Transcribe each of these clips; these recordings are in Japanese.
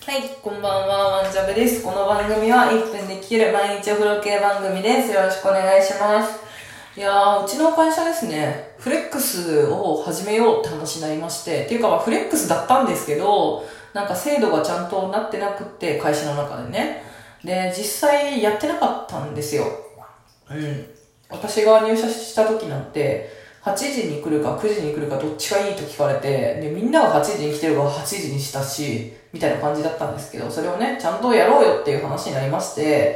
はい、こんばんは、ワンジャブです。この番組は1分で聞ける毎日お風呂系番組です。よろしくお願いします。いやー、うちの会社ですね、フレックスを始めようって話になりまして、っていうかフレックスだったんですけど、なんか制度がちゃんとなってなくって、会社の中でね。で、実際やってなかったんですよ。私が入社した時なんて、8時に来るか9時に来るかどっちがいいと聞かれて、で、みんなが8時に来てるから8時にしたし、みたいな感じだったんですけど、それをね、ちゃんとやろうよっていう話になりまして、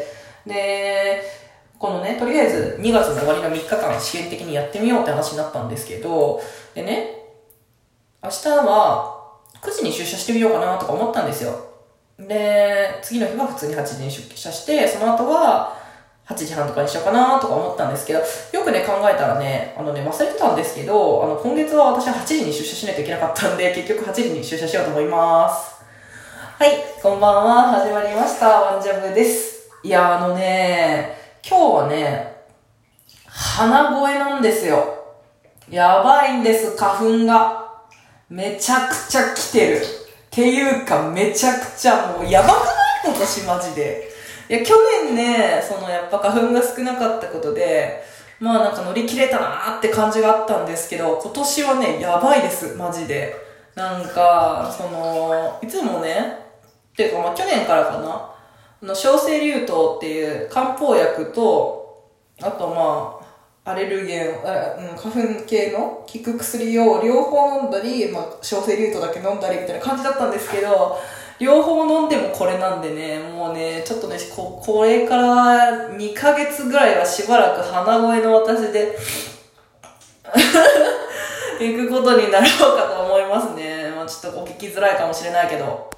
で、このね、とりあえず2月の終わりの3日間試験的にやってみようって話になったんですけど、でね、明日は9時に出社してみようかなとか思ったんですよ。で、次の日は普通に8時に出社して、その後は8時半とかにしようかなとか思ったんですけど、よくね考えたらね、忘れてたんですけど、今月は私は8時に出社しないといけなかったんで、結局8時に出社しようと思います。はい、こんばんは、始まりました。ワンジャブです。いや、今日はね、鼻声なんですよ。やばいんです、花粉が。めちゃくちゃ来てる。っていうか、めちゃくちゃもうやばくない？今年マジで。いや、去年ね、やっぱ花粉が少なかったことで、乗り切れたなーって感じがあったんですけど、今年はね、やばいです、マジで。いつもね、っていうか去年からかな、小生竜糖っていう漢方薬と、あとアレルゲン、花粉系の効く薬を両方飲んだり、小生竜糖だけ飲んだりみたいな感じだったんですけど、両方飲んでもこれなんでね、もうね、ちょっとね、これから2ヶ月ぐらいはしばらく鼻声の私で行くことになろうかと思いますね。ちょっとお聞きづらいかもしれないけど。